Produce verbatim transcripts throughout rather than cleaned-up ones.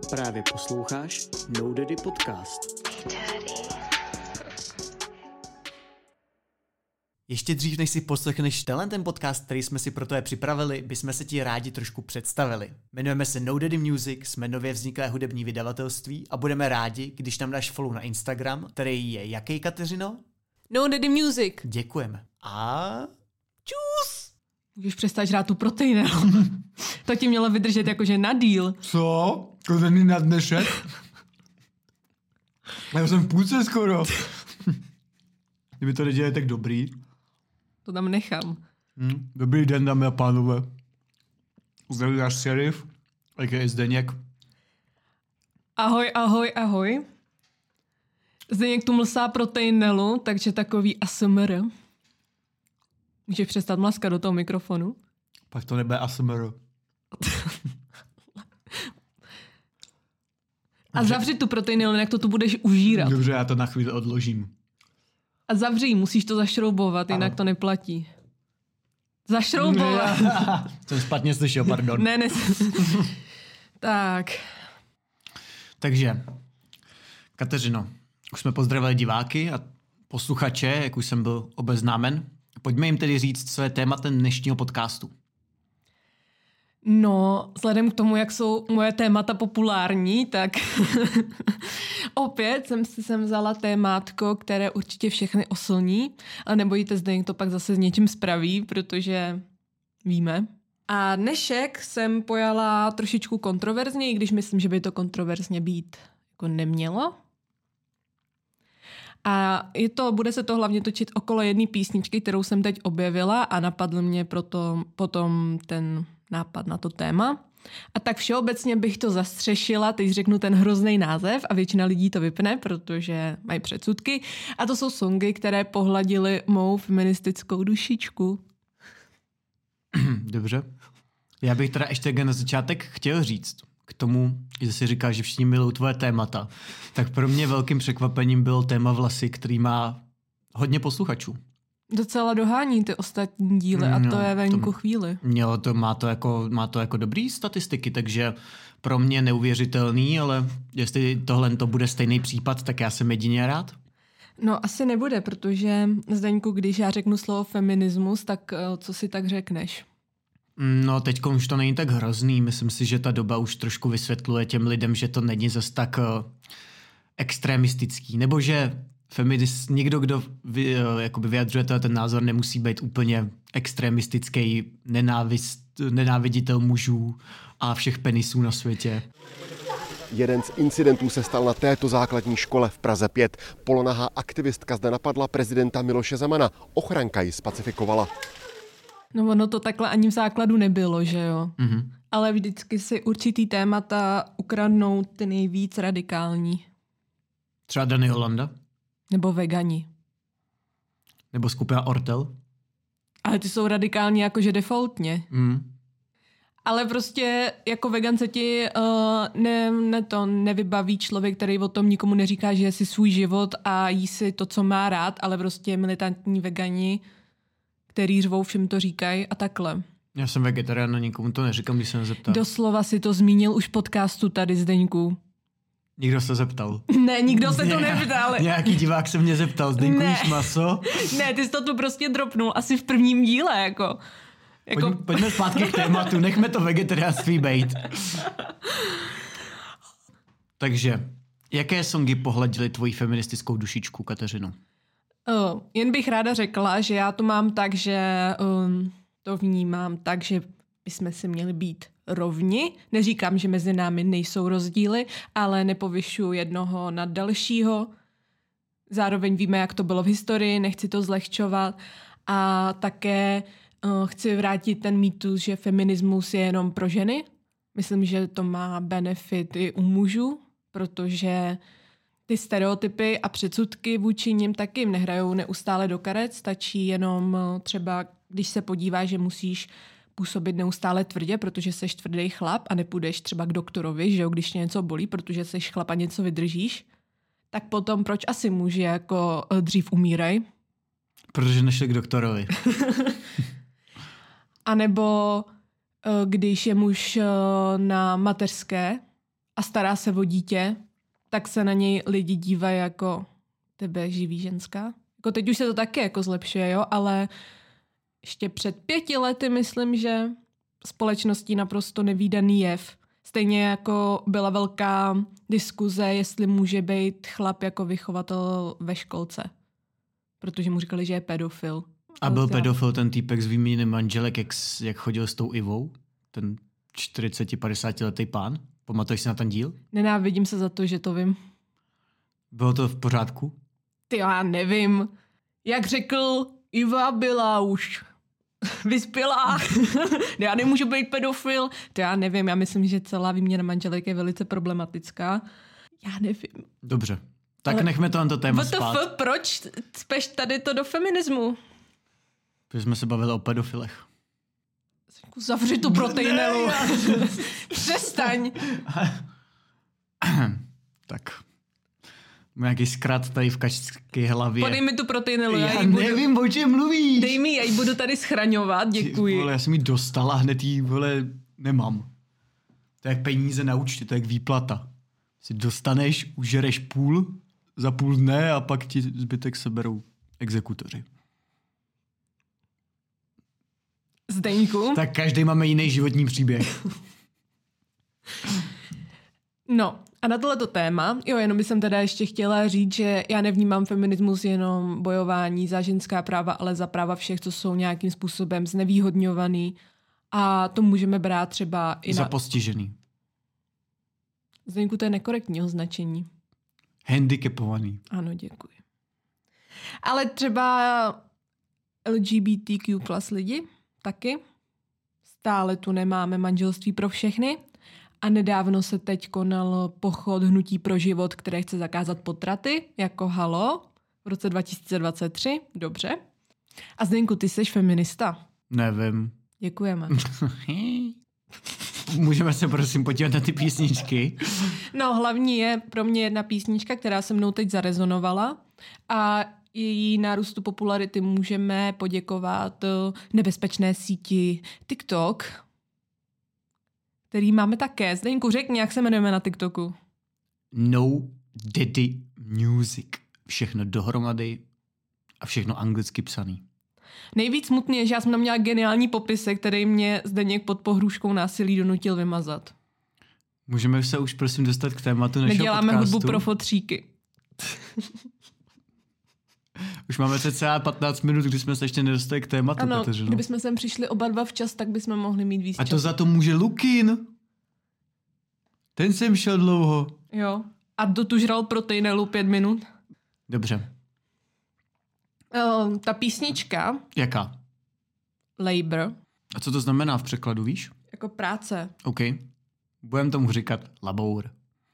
Právě posloucháš No Daddy Podcast. Ještě dřív, než si poslechneš tenhle ten podcast, který jsme si pro tebe připravili, bychom se ti rádi trošku představili. Jmenujeme se No Daddy Music, jsme nově vzniklé hudební vydavatelství a budeme rádi, když nám dáš follow na Instagram, který je jaký, Kateřino? No Daddy Music. Děkujeme. A čus! Můžeš přestat žrát tu protein. To ti mělo vydržet jakože na díl. Co? To není na dnešek? Já jsem v půlce skoro. Kdyby to nedělali tak dobrý. To tam nechám. Hmm. Dobrý den, dámy a pánové. Zdraví náš šerif, a ká a. Zdeněk. Ahoj, ahoj, ahoj. Zdeněk tu mlsá proteinelu, takže takový A S M R. Můžeš přestat mlaskat do toho mikrofonu? Pak to nebude A S M R. A zavři tu proteinelu, jinak to tu budeš užírat. Dobře, já to na chvíli odložím. A zavři, musíš to zašroubovat, jinak ano. To neplatí. Zašroubovat. Jsem špatně slyšel, pardon. ne, ne. Tak. Takže, Kateřino, už jsme pozdravili diváky a posluchače, jak už jsem byl obeznámen. Pojďme jim tedy říct, co je tématem dnešního podcastu. No, vzhledem k tomu, jak jsou moje témata populární, tak opět jsem si sem vzala témátko, které určitě všechny oslní, ale nebojte, zde to pak zase s něčím spraví, protože víme. A dnešek jsem pojala trošičku kontroverzně, i když myslím, že by to kontroverzně být jako nemělo. A je to, bude se to hlavně točit okolo jedné písničky, kterou jsem teď objevila a napadl mě proto potom ten nápad na to téma. A tak všeobecně bych to zastřešila, teď řeknu ten hrozný název a většina lidí to vypne, protože mají předsudky. A to jsou songy, které pohladily mou feministickou dušičku. Dobře. Já bych teda ještě na začátek chtěl říct k tomu, že si říká, že všichni milují tvoje témata. Tak pro mě velkým překvapením bylo téma vlasy, který má hodně posluchačů. Docela dohání ty ostatní díly a no, to je venku to, chvíli. Mělo to, má, to jako, má to jako dobrý statistiky, takže pro mě neuvěřitelný, ale jestli tohle to bude stejný případ, tak já jsem jedině rád. No asi nebude, protože Zdeňku, když já řeknu slovo feminismus, tak co si tak řekneš? No teďko už to není tak hrozný, myslím si, že ta doba už trošku vysvětluje těm lidem, že to není zas tak uh, extremistický, nebo že feminist, někdo, kdo vy, jakoby vyjadřuje ten názor, nemusí být úplně extremistický nenávist, nenáviditel mužů a všech penisů na světě. Jeden z incidentů se stal na této základní škole v Praze pět. Polonahá aktivistka zde napadla prezidenta Miloše Zemana. Ochranka ji spacifikovala. No ono to takhle ani v základu nebylo, že jo? Mm-hmm. Ale vždycky si určitý témata ukradnou ty nejvíc radikální. Třeba Dany Holanda? Nebo vegani. Nebo skupina Ortel? Ale ty jsou radikální jakože defaultně. Mm. Ale prostě jako vegan se ti uh, ne, ne to nevybaví člověk, který o tom nikomu neříká, že je si svůj život a jí si to, co má rád, ale prostě militantní vegani, který řvou, všem to říkají a takhle. Já jsem vegetarián a nikomu to neříkám, když se nezeptal. Doslova si to zmínil už v podcastu tady, Zdeňku. Nikdo se zeptal. Ne, nikdo se to neptal. Nějaký divák se mě zeptal, Zdeňku, jíš maso? Ne, ty jsi to tu prostě dropnul asi v prvním díle, jako. jako... Pojďme, pojďme zpátky k tématu, nechme to vegetariánství bejt. Takže, jaké songy pohladily tvoji feministickou dušičku, Kateřino? Uh, jen bych ráda řekla, že já to mám tak, že um, to vnímám tak, že bychom si měli být rovni. Neříkám, že mezi námi nejsou rozdíly, ale nepovyšuju jednoho nad dalšího. Zároveň víme, jak to bylo v historii, nechci to zlehčovat. A také uh, chci vrátit ten mýtus, že feminismus je jenom pro ženy. Myslím, že to má benefit i u mužů, protože ty stereotypy a předsudky vůči nim taky jim nehrajou neustále do karet. Stačí jenom třeba, když se podíváš, že musíš působit neustále tvrdě, protože seš tvrdý chlap a nepůjdeš třeba k doktorovi, že jo, když tě něco bolí, protože seš chlap a něco vydržíš, tak potom proč asi muži jako dřív umírají? Protože nešli k doktorovi. A nebo když je muž na mateřské a stará se o dítě, tak se na něj lidi dívají jako tebe živý ženská. Jako teď už se to taky jako zlepšuje, jo, ale ještě před pěti lety myslím, že společností naprosto nevídaný jev. Stejně jako byla velká diskuze, jestli může být chlap jako vychovatel ve školce. Protože mu říkali, že je pedofil. A byl pedofil ten týpek z výměny manželek, jak, jak chodil s tou Ivou? Ten čtyřicet padesát letý pán? Pamatuješ si na ten díl? Nenávidím se za to, že to vím. Bylo to v pořádku? Ty já nevím. Jak řekl, Iva byla už vyspělá. Já nemůžu být pedofil. To já nevím, já myslím, že celá výměna manželek je velice problematická. Já nevím. Dobře. Tak Ale nechme to na to téma spát. W T F, proč speš tady to do feminismu? Protože jsme se bavili o pedofilech. Zavři tu proteinelu. Přestaň. Tak. Mám nějaký zkrat tady v kačské hlavě. Podej mi tu proteinelu. Já, já já budu... nevím, o čem mluvíš. Dej mi, já ji budu tady schraňovat, děkuji. Ty, vole, já jsem ji dostal a hned ji, vole, nemám. To je jak peníze na účtě, to je jak výplata. Si dostaneš, užereš půl za půl dne a pak ti zbytek seberou exekutoři. Zdeňku? Tak každý máme jiný životní příběh. No, a na tohleto téma, jo, jenom bych teda ještě chtěla říct, že já nevnímám feminismus jenom bojování za ženská práva, ale za práva všech, co jsou nějakým způsobem znevýhodňovaný. A to můžeme brát třeba i za na... postižený. Zdeňku, to je nekorektní označení. Handicapovaný. Ano, děkuji. Ale třeba L G B T Q plus lidi taky. Stále tu nemáme manželství pro všechny. A nedávno se teď konal pochod Hnutí pro život, které chce zakázat potraty, jako halo, v roce dva tisíce dvacet tři. Dobře. A Zdeňku, ty jsi feminista. Nevím. Děkujeme. Můžeme se prosím podívat na ty písničky? No, hlavní je pro mě jedna písnička, která se mnou teď zarezonovala a její nárůstu popularity můžeme poděkovat nebezpečné síti TikTok, který máme také. Zdeňku, řekni, jak se jmenujeme na TikToku. No Daddy Music. Všechno dohromady a všechno anglicky psaný. Nejvíc smutný je, že já jsem tam měla geniální popisek, který mě Zdeněk pod pohrůžkou násilí donutil vymazat. Můžeme se už prosím dostat k tématu našeho Neděláme podcastu? hudbu pro fotříky. Už máme cca patnáct minut, kdy jsme se ještě nedostali k tématu, Ano, Kateřino. kdybychom sem přišli oba dva včas, tak bychom mohli mít víc A to času. za to může Lukin. Ten jsem šel dlouho. Jo. A dotužral proteinelu pět minut. Dobře. Uh, ta písnička Jaká? Labor, A co to znamená v překladu, víš? jako práce. OK. Budeme tomu říkat labour.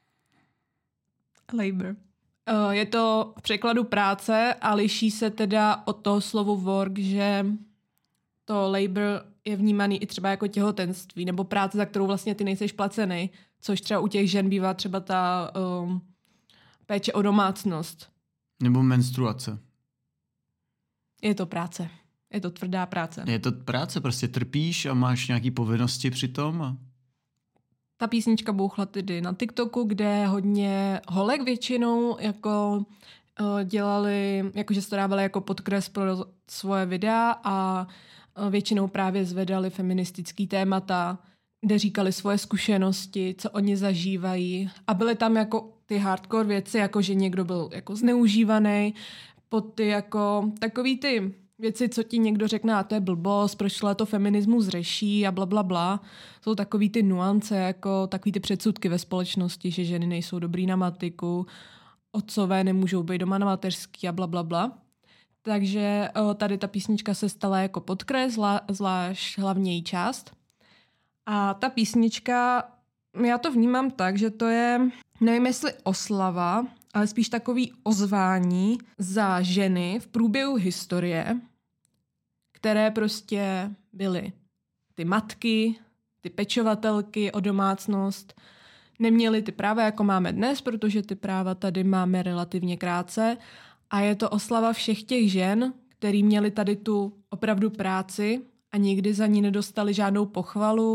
Labor. Uh, je to v překladu práce a liší se teda od toho slovu work, že to labor je vnímaný i třeba jako těhotenství nebo práce, za kterou vlastně ty nejseš placený, což třeba u těch žen bývá třeba ta um, péče o domácnost. Nebo menstruace. Je to práce. Je to tvrdá práce. Je to práce, prostě trpíš a máš nějaký povinnosti při tom. A... Ta písnička bouchla tedy na TikToku, kde hodně holek většinou jako uh, dělali, jakože se to dávali jako podkres pro svoje videa a uh, většinou právě zvedali feministický témata, kde říkali svoje zkušenosti, co oni zažívají. A byly tam jako ty hardcore věci, jako že někdo byl jako zneužívaný, pod ty jako takový ty věci, co ti někdo řekne, a to je blbost, proč to feminismus řeší a bla, bla, bla. Jsou takový ty nuance, jako takový ty předsudky ve společnosti, že ženy nejsou dobrý na matiku, otcové nemůžou být doma na mateřský a bla, bla, bla. Takže o, tady ta písnička se stala jako podkres, zvlá, zvlášť hlavně její část. A ta písnička, já to vnímám tak, že to je, nevím jestli oslava, ale spíš takový ozvání za ženy v průběhu historie, které prostě byly ty matky, ty pečovatelky o domácnost, neměly ty práva, jako máme dnes, protože ty práva tady máme relativně krátce. A je to oslava všech těch žen, který měli tady tu opravdu práci a nikdy za ní nedostali žádnou pochvalu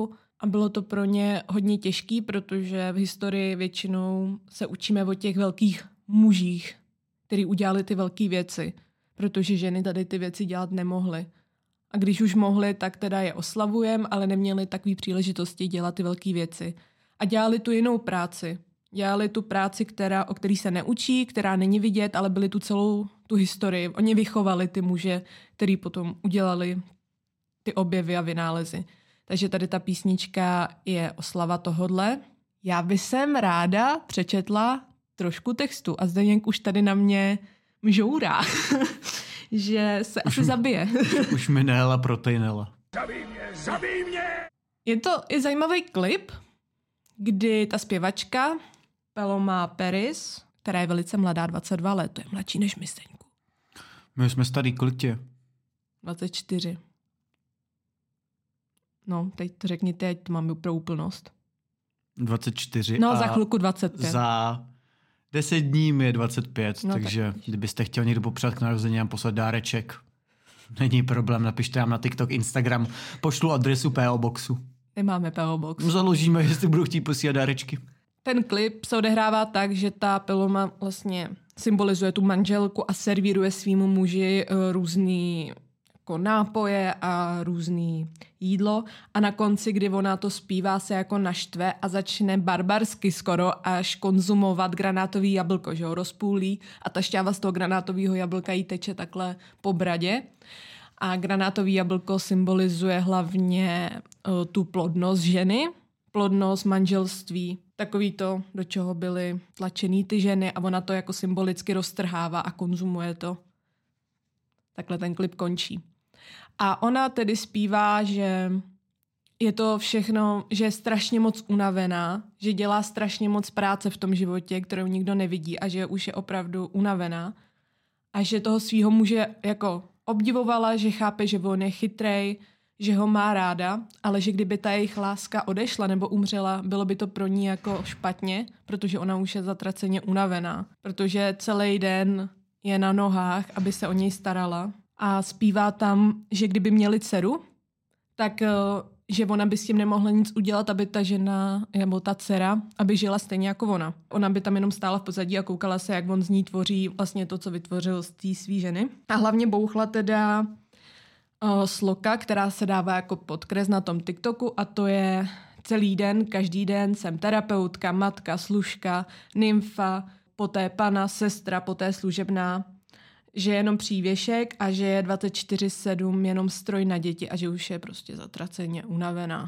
A bylo to pro ně hodně těžký, protože v historii většinou se učíme o těch velkých mužích, kteří udělali ty velké věci, protože ženy tady ty věci dělat nemohly. A když už mohli, tak teda je oslavujem, ale neměli takové příležitosti dělat ty velké věci. A dělali tu jinou práci. Dělali tu práci, která, o který se neučí, která není vidět, ale byli tu celou tu historii. Oni vychovali ty muže, který potom udělali ty objevy a vynálezy. Takže tady ta písnička je oslava tohodle. Já bych sem ráda přečetla trošku textu a Zdeněk už tady na mě mžourá, že se už asi mi, zabije. Už mi nejela proteinela. Zabij mě, zabij mě! Je to i zajímavý klip, kdy ta zpěvačka Paloma Paris, která je velice mladá, dvacet dva let, to je mladší než my, Zdeňku. My jsme starý, kolik tě? dvacet čtyři. No, teď to řekněte, ať to mám pro úplnost. dvacet čtyři. No, a za chvilku dvacet pět. Za deset dní mi je dvacet pět, no, takže tak. Kdybyste chtěl někdo popřát k narození a poslat dáreček, není problém, napište nám na TikTok, Instagram, pošlu adresu P O Boxu. Nemáme P O Box. Založíme, jestli budou chtít posílat dárečky. Ten klip se odehrává tak, že ta Paloma vlastně symbolizuje tu manželku a servíruje svýmu muži uh, různý jako nápoje a různý jídlo a na konci, kdy ona to zpívá, se jako naštve a začne barbarsky skoro až konzumovat granátový jablko, že ho rozpůlí a ta šťáva z toho granátového jablka jí teče takhle po bradě. A granátový jablko symbolizuje hlavně uh, tu plodnost ženy, plodnost manželství, takový to, do čeho byly tlačený ty ženy a ona to jako symbolicky roztrhává a konzumuje to. Takhle ten klip končí. A ona tedy zpívá, že je to všechno, že je strašně moc unavená, že dělá strašně moc práce v tom životě, kterou nikdo nevidí a že už je opravdu unavená a že toho svýho muže jako obdivovala, že chápe, že on je chytrej, že ho má ráda, ale že kdyby ta jejich láska odešla nebo umřela, bylo by to pro ní jako špatně, protože ona už je zatraceně unavená, protože celý den je na nohách, aby se o něj starala a zpívá tam, že kdyby měli dceru, tak že ona by s tím nemohla nic udělat, aby ta žena nebo ta dcera, aby žila stejně jako ona. Ona by tam jenom stála v pozadí a koukala se, jak on z ní tvoří vlastně to, co vytvořil z té svý ženy. A hlavně bouchla teda uh, sloka, která se dává jako podkres na tom TikToku a to je celý den, každý den jsem terapeutka, matka, služka, nymfa, poté pana, sestra, poté služebná, že je jenom přívěšek a že je dvacet čtyři sedm jenom stroj na děti a že už je prostě zatraceně unavená.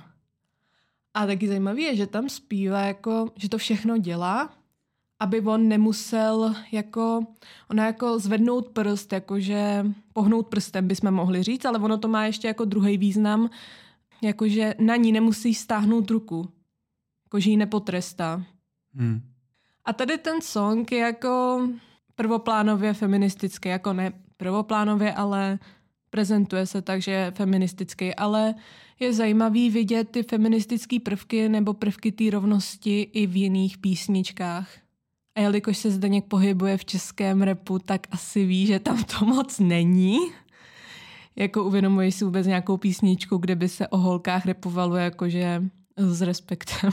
A taky zajímavé je, že tam zpívá, jako, že to všechno dělá, aby on nemusel jako, ona jako zvednout prst, jakože pohnout prstem bychom mohli říct, ale ono to má ještě jako druhý význam, jakože na ní nemusí stáhnout ruku, jakože ji nepotrestá. Hmm. A tady ten song je jako prvoplánově feministický, jako ne prvoplánově, ale prezentuje se tak, že je feministický, ale je zajímavý vidět ty feministické prvky nebo prvky té rovnosti i v jiných písničkách. A jelikož se Zdeněk pohybuje v českém rapu, tak asi ví, že tam to moc není. Jako uvědomuješ si vůbec nějakou písničku, kde by se o holkách rapovalo jakože s respektem.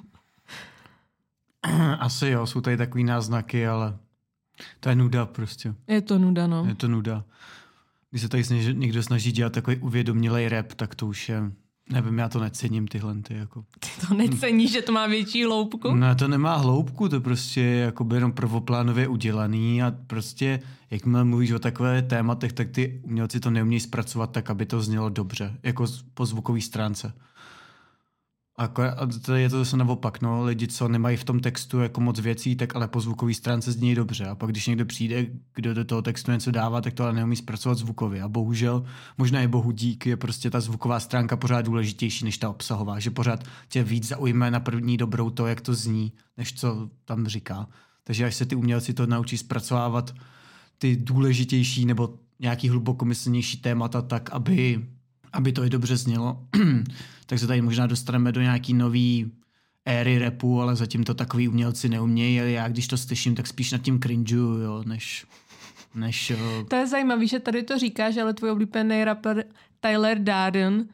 Asi jo, jsou tady takový náznaky, ale to je nuda prostě. Je to nuda, no. Je to nuda. Když se tady snaží, někdo snaží dělat takový uvědomělej rap, tak to už je, nevím, já to necením tyhle ty jako. Ty to neceníš, že to má větší hloubku? No to nemá hloubku, to prostě je jakoby jenom prvoplánově udělaný a prostě, jakmile mluvíš o takové tématech, tak ty umělci to neumějí zpracovat tak, aby to znělo dobře, jako po zvukové stránce. A to je to zase naopak, no, lidi, co nemají v tom textu jako moc věcí, tak ale po zvukové stránce zní dobře. A pak když někdo přijde, kdo do toho textu něco dává, tak to ale neumí zpracovat zvukově. A bohužel, možná i bohu dík, je prostě ta zvuková stránka pořád důležitější než ta obsahová, že pořád tě víc zaujme na první dobrou to, jak to zní, než co tam říká. Takže až se ty umělci to naučí zpracovávat ty důležitější nebo nějaký hlubokomyslnější témata tak, aby aby to i dobře znělo, tak se tady možná dostaneme do nějaký nový éry rapu, ale zatím to takový umělci neumějí, ale já když to slyším, tak spíš nad tím cringeu, jo, než... než to je zajímavé, že tady to říkáš, ale tvůj oblíbený rapper Tyler Durden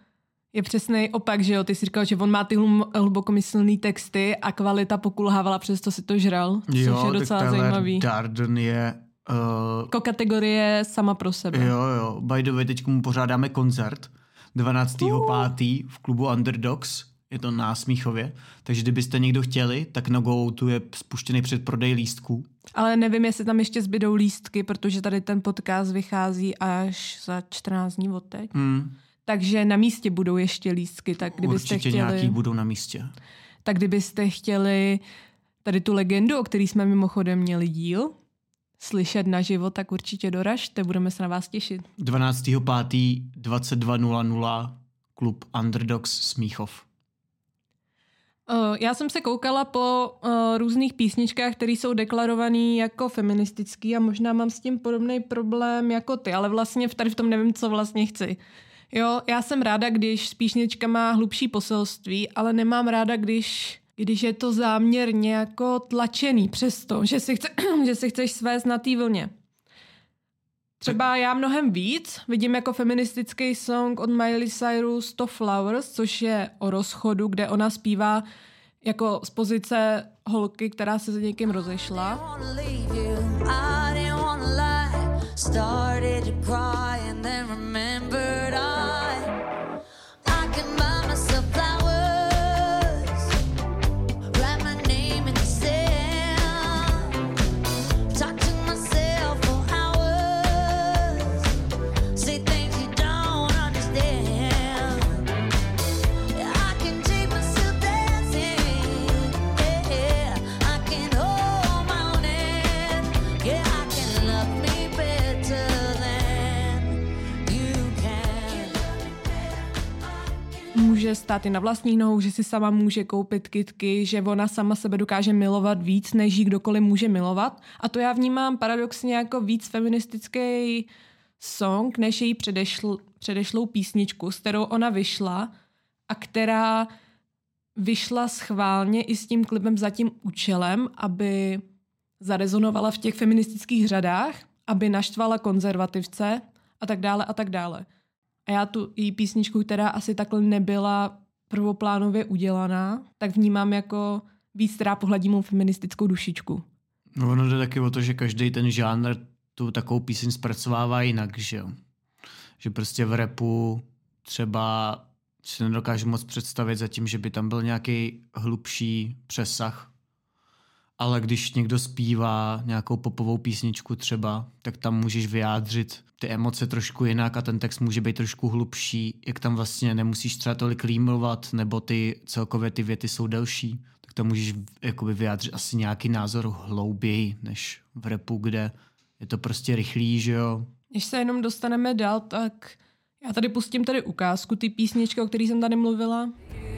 je přesný opak, že jo? Ty jsi říkal, že on má ty hlum, hlubokomyslný texty a kvalita pokulhávala, přesto si to žral, což jo, je docela tak zajímavý. Darden je... Uh, jako kategorie sama pro sebe. Jo, jo. By the way, teď mu pořádáme koncert dvanáctého pátého v klubu Underdogs. Je to na Smíchově. Takže kdybyste někdo chtěli, tak na GoOutu je spuštěný předprodej lístků. Ale nevím, jestli tam ještě zbydou lístky, protože tady ten podcast vychází až za čtrnáct dní od teď. Hmm. Takže na místě budou ještě lístky. Tak kdybyste Určitě chtěli, nějaký budou na místě. Tak kdybyste chtěli tady tu legendu, o který jsme mimochodem měli díl, slyšet naživo, tak určitě doražte, budeme se na vás těšit. dvanáctého pátého dvacet dva nula nula klub Underdogs Smíchov. Uh, já jsem se koukala po uh, různých písničkách, které jsou deklarované jako feministický a možná mám s tím podobný problém jako ty, ale vlastně tady v tom nevím, co vlastně chci. Jo, já jsem ráda, když písnička má hlubší poselství, ale nemám ráda, když, když je to záměrně jako tlačený přesto, že si, chce, že si chceš svést na té vlně. Třeba já mnohem víc vidím jako feministický song od Miley Cyrus To Flowers, což je o rozchodu, kde ona zpívá jako z pozice holky, která se s někým rozešla. Může stát i na vlastních nohou, že si sama může koupit kytky, že ona sama sebe dokáže milovat víc, než jí kdokoliv může milovat. A to já vnímám paradoxně jako víc feministický song, než její předešl, předešlou písničku, s kterou ona vyšla a která vyšla schválně i s tím klipem za tím účelem, aby zarezonovala v těch feministických řadách, aby naštvala konzervativce a tak dále a tak dále. A já tu její písničku, která asi takhle nebyla prvoplánově udělaná, tak vnímám jako víc, která pohladí mou feministickou dušičku. No ono jde taky o to, že každý ten žánr tu takovou píseň zpracovává jinak, že jo. Že prostě v rapu třeba si nedokážu moc představit zatím, že by tam byl nějaký hlubší přesah. Ale když někdo zpívá nějakou popovou písničku třeba, tak tam můžeš vyjádřit ty emoce trošku jinak a ten text může být trošku hlubší, jak tam vlastně nemusíš třeba tolik rýmovat, nebo ty celkově ty věty jsou delší, tak tam můžeš jakoby vyjádřit asi nějaký názor hlouběji, než v rapu, kde je to prostě rychlý, že jo. Než se jenom dostaneme dál, tak já tady pustím tady ukázku ty písničky, o který jsem tady mluvila.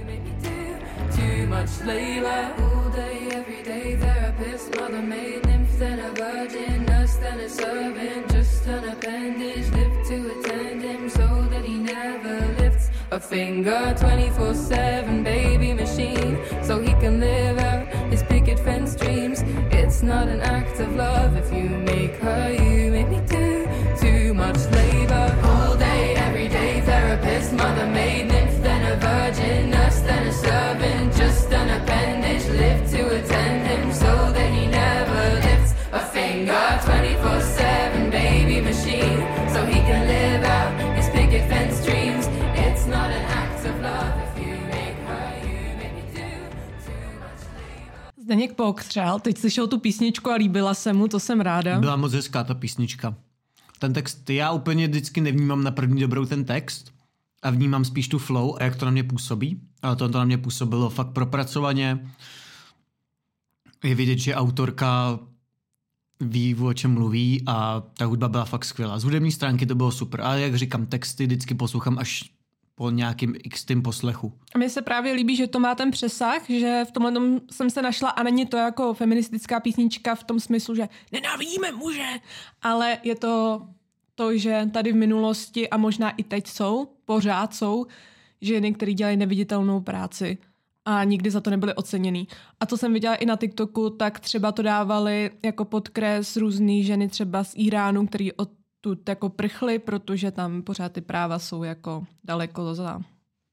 A finger twenty-four seven baby machine so he can live out his picket fence dreams. It's not an act of love if you make her, you make me do too much labor. All day, every day, therapist, mother, maid, nymph, then a virgin, nurse, then a servant, just an appendage, live to attend him so that he never lifts a finger. Twenty-four seven baby machine so he can live out his picket fence dreams. It's not an act of love if you make her, you make me do too much labor. Zdeněk pookřál, teď slyšel tu písničku a líbila se mu, to jsem ráda. Byla moc hezká ta písnička. Ten text, já úplně vždycky nevnímám na první dobrou ten text a vnímám spíš tu flow a jak to na mě působí. Ale to, to na mě působilo fakt propracovaně. Je vidět, že autorka ví, o čem mluví a ta hudba byla fakt skvělá. Z hudební stránky to bylo super, ale jak říkám, texty vždycky poslouchám až po nějakým x-tým poslechu. A mně se právě líbí, že to má ten přesah, že v tomhle tom jsem se našla a není to jako feministická písnička v tom smyslu, že nenávidíme muže, ale je to to, že tady v minulosti a možná i teď jsou, pořád jsou ženy, které dělají neviditelnou práci a nikdy za to nebyly oceněný. A co jsem viděla i na TikToku, tak třeba to dávali jako podkres různý ženy třeba z Iránu, který odtud jako prchly, protože tam pořád ty práva jsou jako daleko za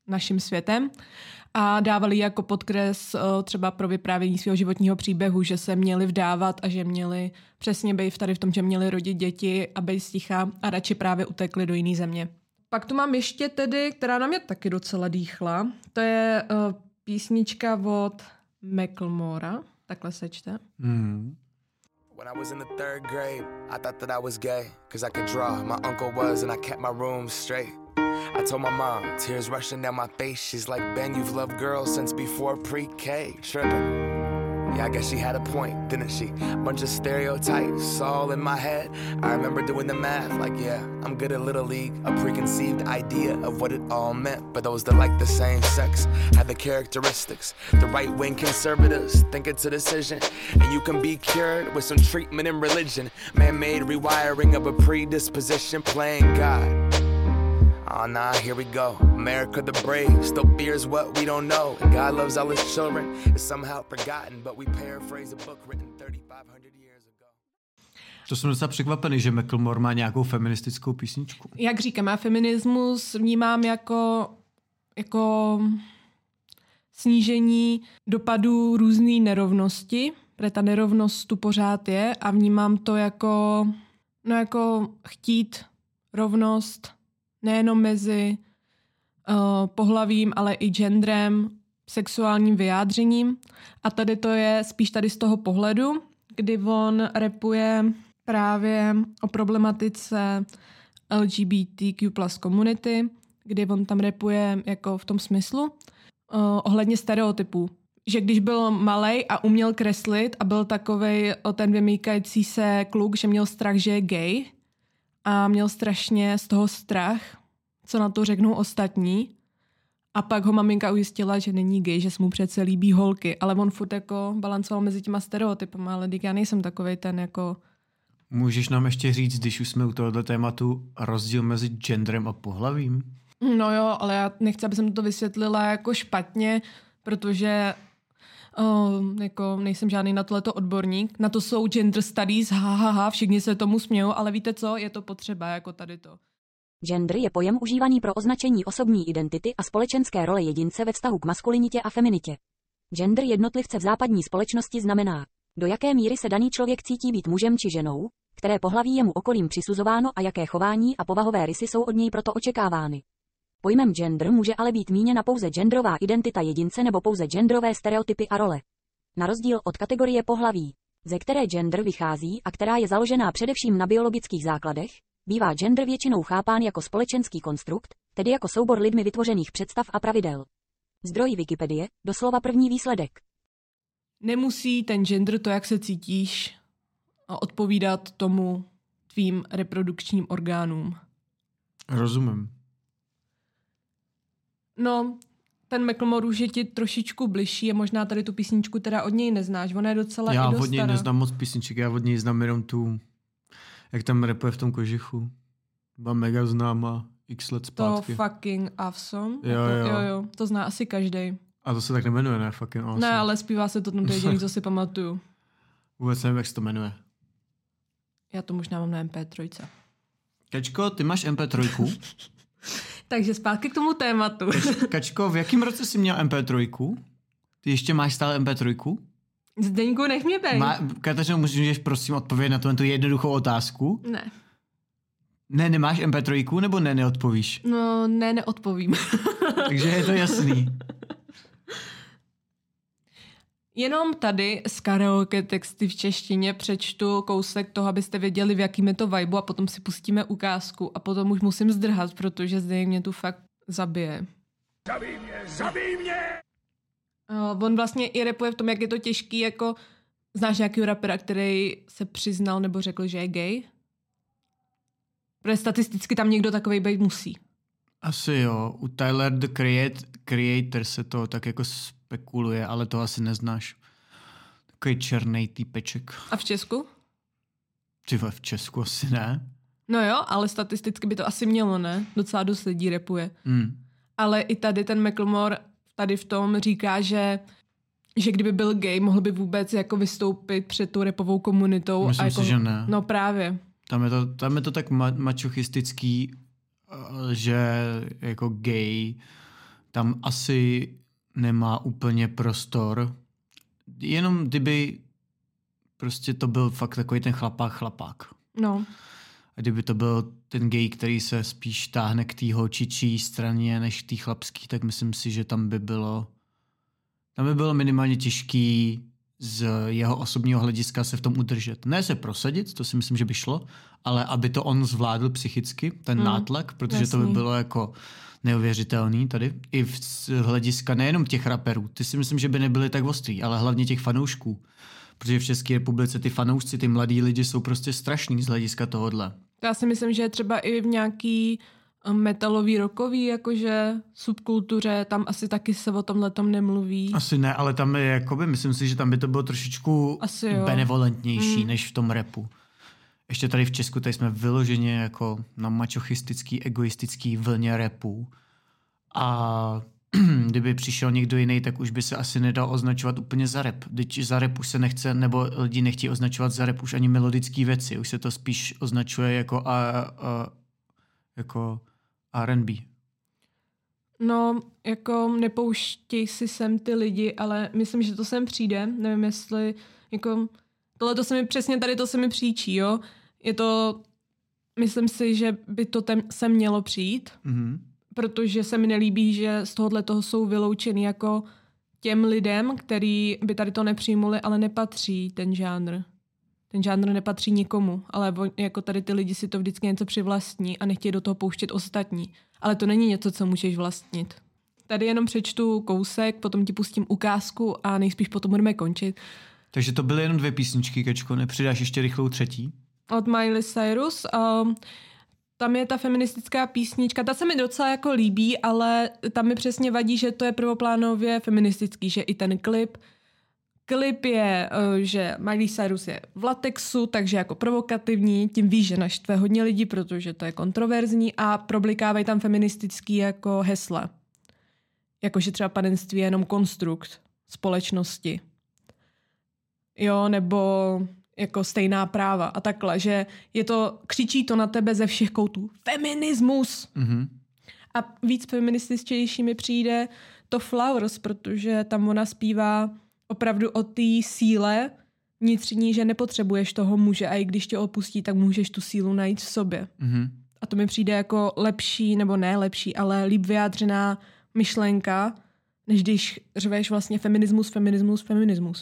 naším světem. A dávali jako podkres třeba pro vyprávění svého životního příběhu, že se měli vdávat a že měli přesně být tady v tom, že měli rodit děti a být sticha a radši právě utekli do jiné země. Pak tu mám ještě tedy, která na mě taky docela dýchla. To je uh, písnička od Macklemora. Takhle se čte. Mm. When I was in the third grade, I thought that I was gay, cause I could draw. My uncle was, and I kept my room straight. I told my mom, tears rushing down my face. She's like, Ben, you've loved girls since before pre-K. Tripping. Yeah, I guess she had a point, didn't she? Bunch of stereotypes all in my head. I remember doing the math, like, yeah, I'm good at Little League. A preconceived idea of what it all meant. But those that like the same sex had the characteristics. The right-wing conservatives think it's a decision. And you can be cured with some treatment in religion. Man-made rewiring of a predisposition playing God. Oh, nah, here we go. America the brave still fears what we don't know. And God loves all his children. It's somehow forgotten, but we paraphrase a book written thirty-five hundred years ago. To jsem docela překvapený, že Macklemore má nějakou feministickou písničku. Jak říkám, já feminismus vnímám jako, jako snížení dopadů různé nerovnosti, protože ta nerovnost tu pořád je a vnímám to jako, no jako chtít rovnost nejenom mezi uh, pohlavím, ale i genderem, sexuálním vyjádřením. A tady to je spíš tady z toho pohledu, kdy on rapuje právě o problematice L G B T Q plus komunity, kdy on tam rapuje jako v tom smyslu uh, ohledně stereotypů. Že když byl malej a uměl kreslit a byl takovej ten vymýkající se kluk, že měl strach, že je gay, a měl strašně z toho strach, co na to řeknou ostatní. A pak ho maminka ujistila, že není gay, že se mu přece líbí holky. Ale on furt jako balancoval mezi těma stereotypama, ale já nejsem takovej ten jako... Můžeš nám ještě říct, když už jsme u tohoto tématu, rozdíl mezi genderem a pohlavím? No jo, ale já nechci, aby jsem to vysvětlila jako špatně, protože oh, jako nejsem žádný na tohleto odborník. Na to jsou gender studies, ha, ha, ha, všichni se tomu smějou, ale víte co, je to potřeba, jako tady to. Gender je pojem užívaný pro označení osobní identity a společenské role jedince ve vztahu k maskulinitě a feminitě. Gender jednotlivce v západní společnosti znamená, do jaké míry se daný člověk cítí být mužem či ženou, které pohlaví je mu okolím přisuzováno a jaké chování a povahové rysy jsou od něj proto očekávány. Pojmem gender může ale být míněna pouze genderová identita jedince nebo pouze genderové stereotypy a role. Na rozdíl od kategorie pohlaví, ze které gender vychází a která je založená především na biologických základech, bývá gender většinou chápán jako společenský konstrukt, tedy jako soubor lidmi vytvořených představ a pravidel. Zdroj Wikipedie, doslova první výsledek. Nemusí ten gender, to jak se cítíš, odpovídat tomu tvým reprodukčním orgánům. Rozumím. No, ten Macklemore už je ti trošičku bližší a možná tady tu písničku teda od něj neznáš. Ona je docela já i dost od něj stará. neznám moc písniček, já od něj znám jenom tu, jak tam rapuje v tom kožichu. Byla mega známá x let zpátky. To fucking awesome. Jo, jo. jo. jo, jo. To zná asi každej. A to se tak nemenuje, ne? Fucking awesome. Ne, ale zpívá se to tam, to jediný, co si pamatuju. Vůbec nevím, jak se to jmenuje. Já to možná mám na em pé tři. Kačko, ty máš em pé tři? Takže zpátky k tomu tématu. Kačko, v jakém roce jsi měl em pé tři? Ty ještě máš stále em pé tři? Zdeňku, nech mě bej. Má, Kateřino, můžeš prosím odpovědět na tu, tu jednoduchou otázku? Ne. Ne, nemáš em pé tři, nebo ne, neodpovíš? No, ne, neodpovím. Takže je to jasný. Jenom tady z karaoke texty v češtině přečtu kousek toho, abyste věděli, v jakým je to vibe, a potom si pustíme ukázku a potom už musím zdrhat, protože zde mě tu fakt zabije. Zabij mě, zabij mě! Uh, on vlastně i rapuje v tom, jak je to těžký, jako znáš nějakýho rapera, který se přiznal nebo řekl, že je gay? Protože statisticky tam někdo takovej být musí. Asi jo. U Tyler, the Creator, Creator se to tak jako spekuluje, ale to asi neznáš. Takový černej týpeček. A v Česku? Ty v Česku asi ne. No jo, ale statisticky by to asi mělo, ne? Docela dost lidí rapuje. Mm. Ale i tady ten Macklemore tady v tom říká, že, že kdyby byl gay, mohl by vůbec jako vystoupit před tou rapovou komunitou. Myslím a jako, si, že ne. No právě. Tam je to, tam je to tak ma- mačochistický, že jako gay tam asi nemá úplně prostor. Jenom kdyby prostě to byl fakt takový ten chlapák chlapák. No. A kdyby to byl ten gay, který se spíš táhne k té holčičí straně než k té chlapský, tak myslím si, že tam by bylo tam by bylo minimálně těžký z jeho osobního hlediska se v tom udržet. Ne se prosadit, to si myslím, že by šlo, ale aby to on zvládl psychicky, ten mm, nátlak, protože jasný. To by bylo jako neuvěřitelný tady. I z hlediska nejenom těch raperů. Ty si myslím, že by nebyly tak ostrý, ale hlavně těch fanoušků. Protože v České republice ty fanoušci, ty mladí lidi jsou prostě strašný z hlediska tohodle. Já si myslím, že třeba i v nějaký metalový, rockový, jakože subkultuře, tam asi taky se o tomhletom nemluví. Asi ne, ale tam je jakoby, myslím si, že tam by to bylo trošičku benevolentnější, mm. než v tom rapu. Ještě tady v Česku, tady jsme vyloženě jako na mačochistický, egoistický vlně rapu. A kdyby přišel někdo jiný, tak už by se asi nedal označovat úplně za rap. Když za rap už se nechce, nebo lidi nechtějí označovat za rap už ani melodické věci. Už se to spíš označuje jako, a, a, jako R and B. No, jako nepouštěj si sem ty lidi, ale myslím, že to sem přijde. Nevím, jestli, jako, tohle to se mi přesně tady to se mi příčí, jo. Je to, myslím si, že by to tem, sem mělo přijít, mm-hmm. protože se mi nelíbí, že z tohohle toho jsou vyloučený jako těm lidem, který by tady to nepřijmuli, ale nepatří ten žánr. Ten žánr nepatří nikomu, ale jako tady ty lidi si to vždycky něco přivlastní a nechtějí do toho pouštět ostatní. Ale to není něco, co můžeš vlastnit. Tady jenom přečtu kousek, potom ti pustím ukázku a nejspíš potom budeme končit. Takže to byly jenom dvě písničky, Kečko, nepřidáš ještě rychlou třetí? Od Miley Cyrus. Um, tam je ta feministická písnička, ta se mi docela jako líbí, ale tam mi přesně vadí, že to je prvoplánově feministický, že i ten klip. Klip je, že Miley Cyrus je v latexu, takže jako provokativní, tím víš, že naštve hodně lidí, protože to je kontroverzní a problikávají tam feministický jako hesla. Jakože třeba panenství je jenom konstrukt společnosti. Jo, nebo jako stejná práva a takhle, že je to, křičí to na tebe ze všech koutů. Feminismus! Mm-hmm. A víc feminističtější mi přijde to Flowers, protože tam ona zpívá opravdu o té síle vnitřní, že nepotřebuješ toho muže a i když tě opustí, tak můžeš tu sílu najít v sobě. Mm-hmm. A to mi přijde jako lepší, nebo ne lepší, ale líp vyjádřená myšlenka, než když řveš vlastně feminismus, feminismus, feminismus.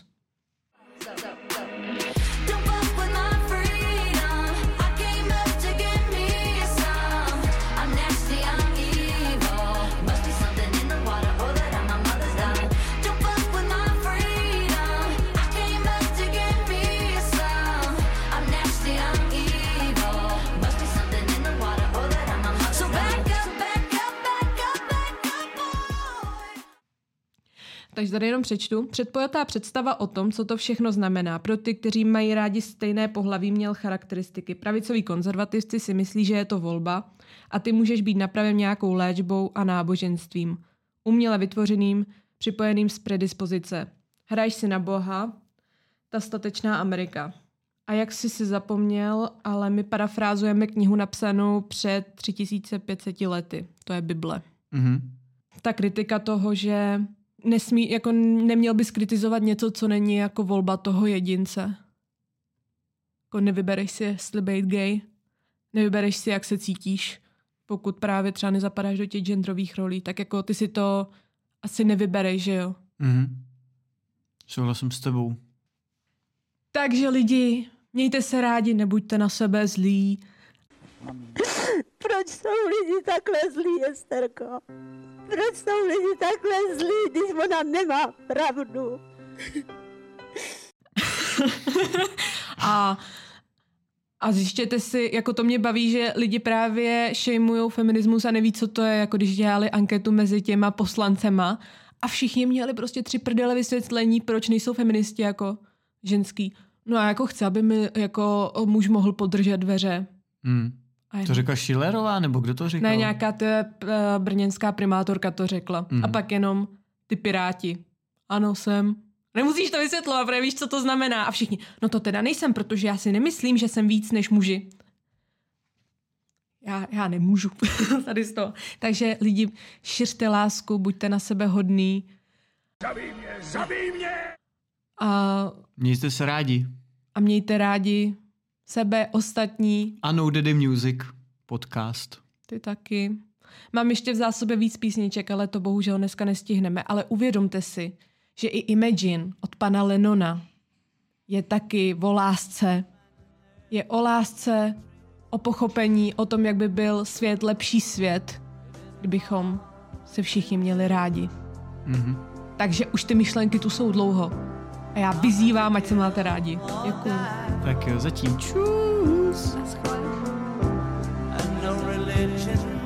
Takže tady jenom přečtu. Předpojatá představa o tom, co to všechno znamená. Pro ty, kteří mají rádi stejné pohlaví, měl charakteristiky. Pravicoví konzervativci si myslí, že je to volba a ty můžeš být napraven nějakou léčbou a náboženstvím. Uměle vytvořeným, připojeným z predispozice. Hraješ si na Boha, ta statečná Amerika. A jak jsi si zapomněl, ale my parafrázujeme knihu napsanou před tři tisíce pět set lety. To je Bible. Mm-hmm. Ta kritika toho, že nesmí, jako neměl bys kritizovat něco, co není jako volba toho jedince. Jako nevybereš si, jestli být gay, nevybereš si, jak se cítíš, pokud právě třeba nezapadáš do těch genderových rolí, tak jako ty si to asi nevybereš, že jo? Mhm. Souhlasím s tebou. Takže lidi, mějte se rádi, nebuďte na sebe zlí. Proč jsou lidi takhle zlí, Esterko? Proč jsou lidi takhle zlí, když ona nemá pravdu? a, a zjištěte si, jako to mě baví, že lidi právě šejmujou feminismus a neví, co to je, jako když dělali anketu mezi těma poslancema a všichni měli prostě tři prdele vysvětlení, proč nejsou feministi jako ženský. No a jako chci, aby mi jako muž mohl podržet dveře. Hmm. To řekla Schillerová, nebo kdo to říkal? Ne, nějaká to je uh, brněnská primátorka to řekla. Mm. A pak jenom ty piráti. Ano, jsem. Nemusíš to vysvětlovat, protože víš, co to znamená. A všichni, no to teda nejsem, protože já si nemyslím, že jsem víc než muži. Já, já nemůžu tady z toho. Takže lidi, šiřte lásku, buďte na sebe hodný. Zabij mě, zabij mě! A, Mějte se rádi. a mějte rádi sebe, ostatní. A No Daddy Music podcast. Ty taky. Mám ještě v zásobě víc písniček, ale to bohužel dneska nestihneme. Ale uvědomte si, že i Imagine od pana Lennona je taky o lásce. Je o lásce, o pochopení, o tom, jak by byl svět lepší svět, kdybychom se všichni měli rádi. Mhm. Takže už ty myšlenky tu jsou dlouho. A já vyzývám, ať se máte rádi. Děkuju. Tak jo, zatím čus. Naschle. And no religion